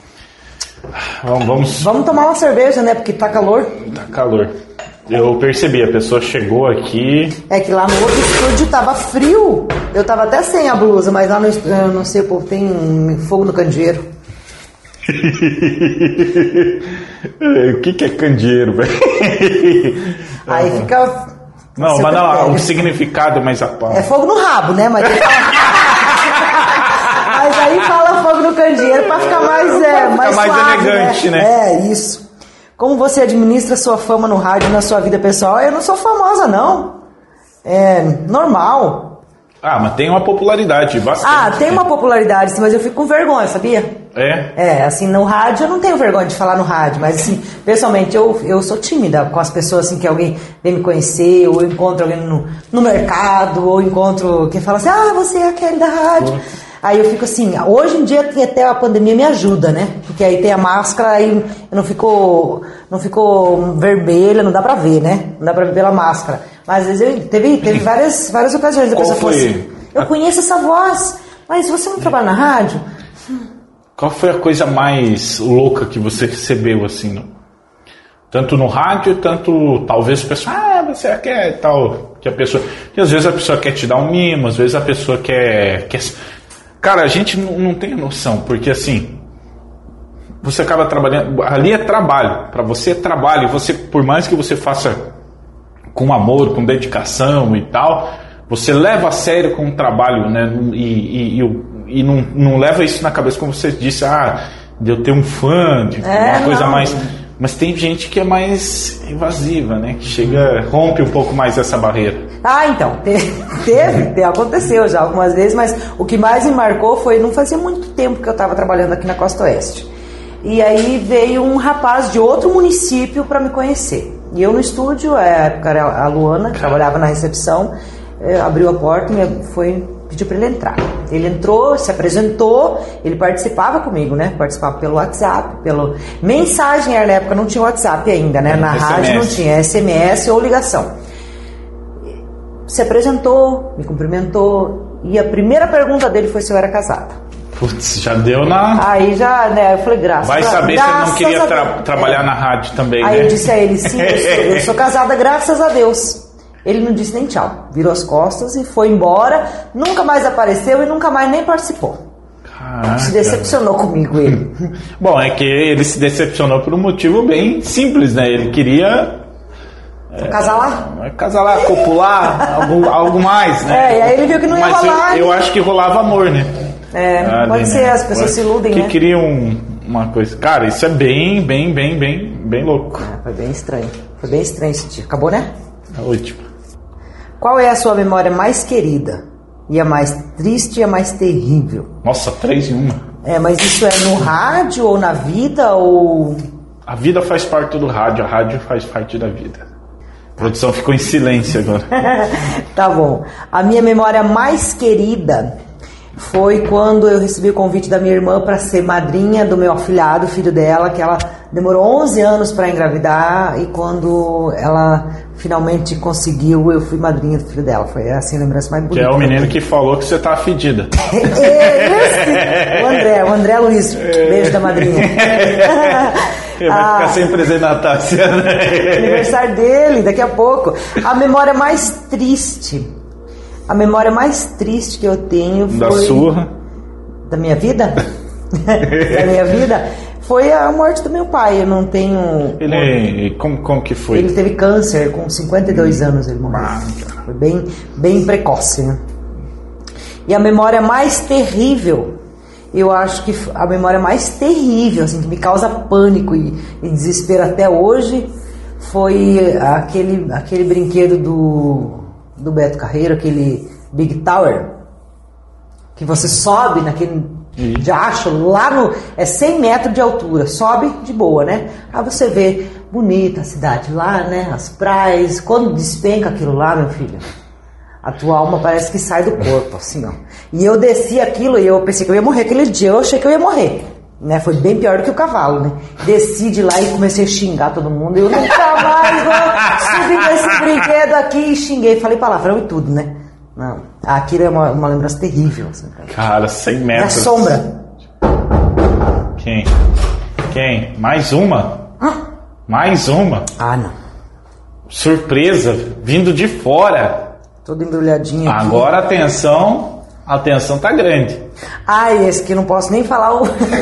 Vamos tomar uma cerveja, né? Porque tá calor. Tá calor. Eu percebi, a pessoa chegou aqui... É que lá no outro estúdio tava frio. Eu tava até sem a blusa, mas lá no estúdio, eu não sei, pô, tem fogo no candeeiro. O que é candeeiro, velho? Aí fica... Não, mas não, o significado é mais a pau. É fogo no rabo, né? Mas aí fala fogo no candeeiro pra ficar mais suave, elegante, né? É, isso. Como você administra sua fama no rádio e na sua vida pessoal? Eu não sou famosa, não. É normal. Mas tem uma popularidade bastante. Tem uma popularidade, mas eu fico com vergonha, sabia? Assim, no rádio eu não tenho vergonha de falar no rádio, mas assim, pessoalmente eu sou tímida com as pessoas, assim, que alguém vem me conhecer, ou eu encontro alguém no mercado, ou encontro quem fala assim, você é aquele da rádio. Aí eu fico assim, hoje em dia até a pandemia me ajuda, né? Porque aí tem a máscara, aí eu não fico vermelha, não dá pra ver, né? Não dá pra ver pela máscara. Mas às vezes teve várias ocasiões. A pessoa falou assim, eu conheço essa voz, mas você não trabalha na rádio? Qual foi a coisa mais louca que você recebeu, assim, tanto no rádio, tanto talvez o pessoal, você quer tal, que a pessoa, que às vezes a pessoa quer te dar um mimo, às vezes a pessoa quer... Cara, a gente não tem noção, porque assim, você acaba trabalhando, ali é trabalho, para você é trabalho, você, por mais que você faça com amor, com dedicação e tal, você leva a sério com o trabalho, né, e não leva isso na cabeça, como você disse, de eu ter um fã, de uma coisa mais... Mas tem gente que é mais invasiva, né? Que chega, rompe um pouco mais essa barreira. Então, aconteceu já algumas vezes, mas o que mais me marcou foi, não fazia muito tempo que eu estava trabalhando aqui na Costa Oeste. E aí veio um rapaz de outro município para me conhecer. E eu no estúdio, na época era a Luana, que trabalhava na recepção, abriu a porta e pediu para ele entrar. Ele entrou, se apresentou, ele participava comigo, né? Participava pelo WhatsApp, pelo... Mensagem, na época não tinha WhatsApp ainda, né? Na rádio não tinha, SMS ou ligação. Se apresentou, me cumprimentou, e a primeira pergunta dele foi se eu era casada. Putz, já deu na... Aí já, né? Eu falei, graças a Deus. Vai saber se ele não queria trabalhar na rádio também, aí né? Eu disse a ele, sim, eu sou casada, graças a Deus. Ele não disse nem tchau, virou as costas e foi embora, nunca mais apareceu e nunca mais nem participou. Caraca. Se decepcionou comigo, ele. Bom, é que ele se decepcionou por um motivo bem simples, né? Ele queria... Casalar, copular, algo mais, né? E aí ele viu que não ia rolar. Mas eu acho que rolava amor, né? Pode ser, né? As pessoas se iludem, que né? queriam uma coisa. Cara, isso é bem louco. Foi bem estranho. Foi bem estranho esse dia. Acabou, né? É ótimo. Qual é a sua memória mais querida? E a mais triste e a mais terrível? Nossa, 3 em 1. Mas isso é no rádio ou na vida ou... A vida faz parte do rádio, a rádio faz parte da vida. A produção ficou em silêncio agora. Tá bom. A minha memória mais querida foi quando eu recebi o convite da minha irmã para ser madrinha do meu afilhado, filho dela, que ela demorou 11 anos para engravidar, e quando ela finalmente conseguiu, eu fui madrinha do filho dela. Foi assim a lembrança mais bonita. Que é o menino que falou que você tá fedida. O André Luiz. Beijo da madrinha. Vai ficar sem presente na Tássia, né? Aniversário dele, daqui a pouco. A memória mais triste que eu tenho foi... Da sua? Da minha vida? Da minha vida? Foi a morte do meu pai. Eu não tenho... Ele... Como que foi? Ele teve câncer com 52 anos, ele morreu. Foi bem precoce, né? E a memória mais terrível, eu acho que a memória mais terrível, assim, que me causa pânico e desespero até hoje, foi aquele brinquedo do Beto Carreiro, aquele Big Tower, que você sobe naquele diacho lá é 100 metros de altura, sobe de boa, né? Aí você vê bonita a cidade lá, né? As praias, quando despenca aquilo lá, meu filho, a tua alma parece que sai do corpo, assim, ó. E eu desci aquilo e eu pensei que eu ia morrer aquele dia, eu achei que eu ia morrer, né? Foi bem pior do que o cavalo, né? Desci de lá e comecei a xingar todo mundo. Eu nunca mais vou subir nesse brinquedo aqui, e xinguei, falei palavrão e tudo, né? Não, aquilo é uma lembrança terrível, assim, cara, 100 metros. Na sombra. Quem? Mais uma? Mais uma? Não. Surpresa, vindo de fora. Todo embrulhadinho aqui. Agora a tensão tá grande. Esse que eu não posso nem falar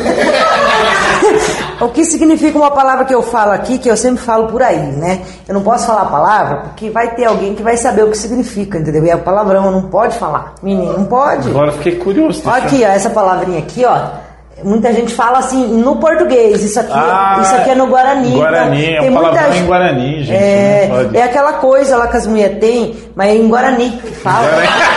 o que significa uma palavra que eu falo aqui, que eu sempre falo por aí, né? Eu não posso falar a palavra porque vai ter alguém que vai saber o que significa, entendeu? E é palavrão, não pode falar. Menino, não pode. Agora fiquei curioso. Olha aqui, ó, essa palavrinha aqui, ó. Muita gente fala assim no português, isso aqui é no Guarani. Guarani, então, é um palavrão em Guarani, gente. É aquela coisa lá que as mulheres têm, mas é em Guarani que fala.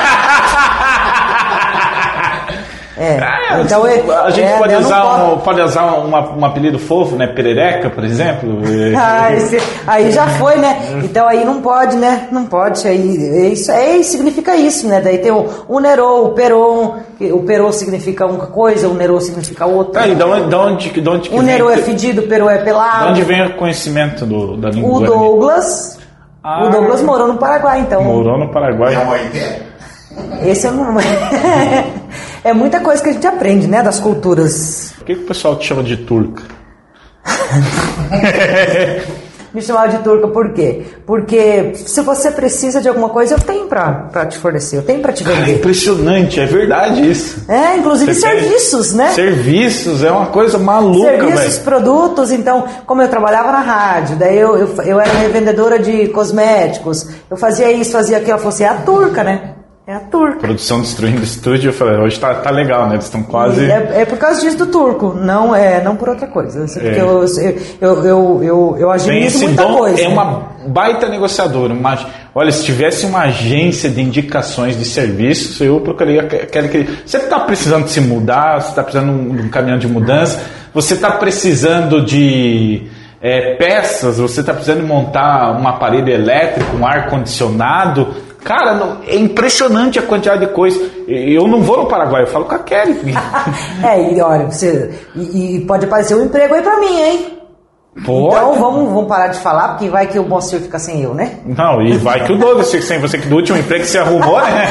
Então a gente pode usar um apelido fofo, né? Perereca, por exemplo. Aí já foi, né? Então aí não pode, né? Não pode. Aí significa isso, né? Daí tem o Nerô, o Peron. O Perô significa uma coisa, o Nerô significa outra. E de onde que o Nerô é fedido, o Perô é pelado. De onde vem o conhecimento da língua? O Douglas morou no Paraguai, então. Morou no Paraguai. É uma ideia? Esse eu não... É muita coisa que a gente aprende, né, das culturas. Por que o pessoal te chama de turca? Me chamava de turca por quê? Porque se você precisa de alguma coisa, eu tenho pra te fornecer, eu tenho pra te vender. É impressionante, é verdade isso. Inclusive serviços, né? Serviços, é uma coisa maluca, velho. Serviços, produtos, então, como eu trabalhava na rádio, daí eu era revendedora de cosméticos, eu fazia isso, fazia aquilo, ela falou assim, é a turca, né? É a turca. Produção destruindo estúdio, eu falei, hoje tá legal, né? Eles estão quase... É por causa disso do turco, não por outra coisa. Porque eu agilizo muita coisa. É uma baita negociadora. Olha, se tivesse uma agência de indicações de serviços, eu procuraria aquele... Você está precisando de se mudar, você está precisando de um caminhão de mudança, você está precisando de... peças, você está precisando montar um aparelho elétrico, um ar-condicionado. Cara, é impressionante a quantidade de coisa. Eu não vou no Paraguai, eu falo com a Kelly. E olha, e pode aparecer um emprego aí pra mim, hein? Pode. Então vamos parar de falar, porque vai que o Moacir fica sem eu, né? Não, e vai que o Douglas fica sem você, que do último emprego que você arrumou, né?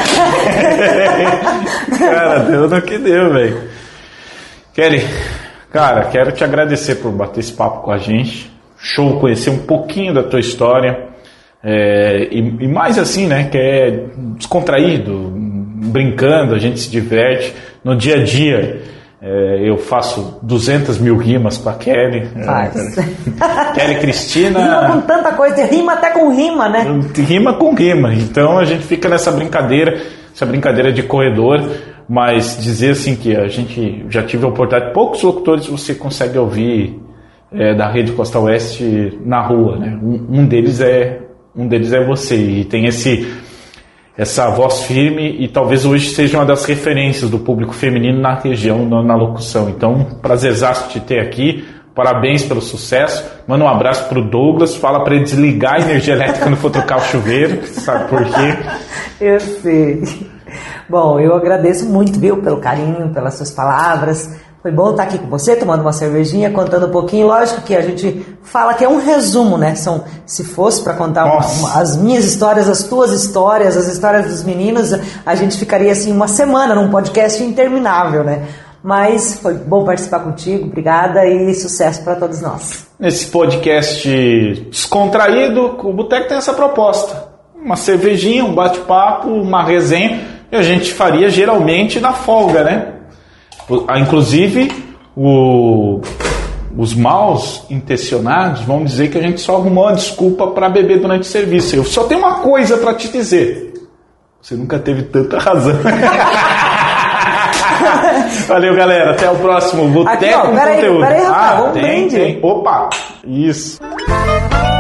Cara, deu no que deu, velho. Kelly, cara, quero te agradecer por bater esse papo com a gente. Show conhecer um pouquinho da tua história. E mais assim, né, que é descontraído, brincando, a gente se diverte no dia a dia. Eu faço 200 mil rimas com a Kelly. Kelly Cristina. Rima com tanta coisa, rima até com rima, né? Rima com rima. Então a gente fica nessa brincadeira, de corredor. Mas dizer assim que a gente já tive a oportunidade, poucos locutores você consegue ouvir da Rede Costa Oeste na rua, né? Um deles é você, e tem essa voz firme, e talvez hoje seja uma das referências do público feminino na região, na locução. Então, prazerzaço te ter aqui, parabéns pelo sucesso, manda um abraço pro Douglas, fala para ele desligar a energia elétrica quando for trocar o chuveiro, sabe por quê? Eu sei. Bom, eu agradeço muito, viu, pelo carinho, pelas suas palavras. Foi bom estar aqui com você, tomando uma cervejinha, contando um pouquinho. Lógico que a gente fala que é um resumo, né? Se fosse para contar as minhas histórias, as tuas histórias, as histórias dos meninos, a gente ficaria assim uma semana num podcast interminável, né? Mas foi bom participar contigo, obrigada e sucesso para todos nós. Nesse podcast descontraído, o Boteco tem essa proposta. Uma cervejinha, um bate-papo, uma resenha, e a gente faria geralmente na folga, né? Inclusive, os maus intencionados vão dizer que a gente só arrumou uma desculpa para beber durante o serviço. Eu só tenho uma coisa para te dizer: você nunca teve tanta razão. Valeu, galera. Até o próximo Boteco com Conteúdo. Peraí, Rafael, vamos brinde. Opa, isso.